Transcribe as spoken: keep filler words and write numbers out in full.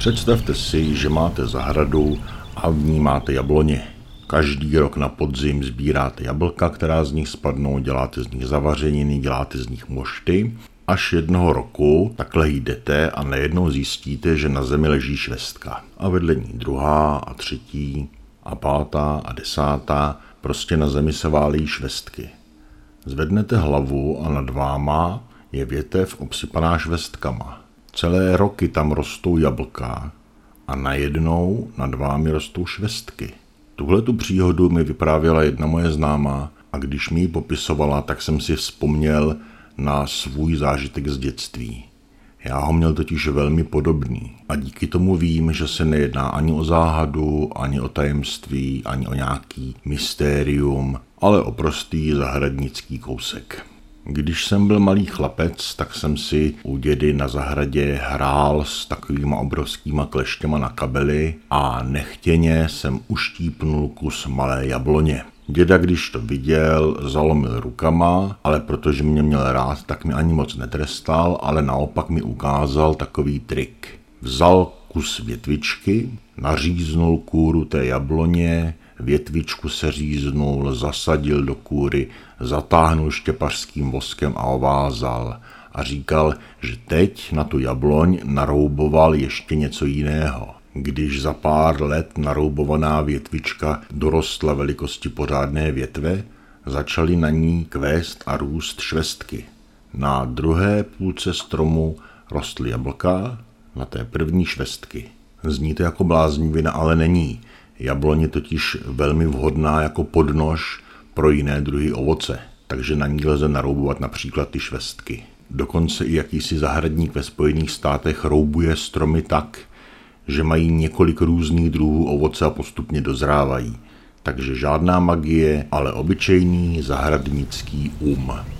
Představte si, že máte zahradu a v ní máte jabloně. Každý rok na podzim sbíráte jablka, která z nich spadnou, děláte z nich zavařeniny, děláte z nich mošty. Až jednoho roku takhle jdete a najednou zjistíte, že na zemi leží švestka. A vedle ní druhá a třetí a pátá a desátá, prostě na zemi se válí švestky. Zvednete hlavu a nad váma je větev obsypaná švestkama. Celé roky tam rostou jablka a najednou nad vámi rostou švestky. Tuhletu příhodu mi vyprávěla jedna moje známá a když mi ji popisovala, tak jsem si vzpomněl na svůj zážitek z dětství. Já ho měl totiž velmi podobný a díky tomu vím, že se nejedná ani o záhadu, ani o tajemství, ani o nějaký mystérium, ale o prostý zahradnický kousek. Když jsem byl malý chlapec, tak jsem si u dědy na zahradě hrál s takovýma obrovskýma kleštěma na kabely a nechtěně jsem uštípnul kus malé jabloně. Děda, když to viděl, zalomil rukama, ale protože mě měl rád, tak mi ani moc netrestal, ale naopak mi ukázal takový trik. Vzal kus větvičky, naříznul kůru té jabloně, větvičku se říznul, zasadil do kůry, zatáhnul štěpařským voskem a ovázal. A říkal, že teď na tu jabloň narouboval ještě něco jiného. Když za pár let naroubovaná větvička dorostla velikosti pořádné větve, začaly na ní kvést a růst švestky. Na druhé půlce stromu rostly jablka, na té první švestky. Zní to jako bláznivina, ale není. Jabloň je totiž velmi vhodná jako podnož pro jiné druhy ovoce, takže na ní lze naroubovat například ty švestky. Dokonce i jakýsi zahradník ve Spojených státech roubuje stromy tak, že mají několik různých druhů ovoce a postupně dozrávají. Takže žádná magie, ale obyčejný zahradnický um.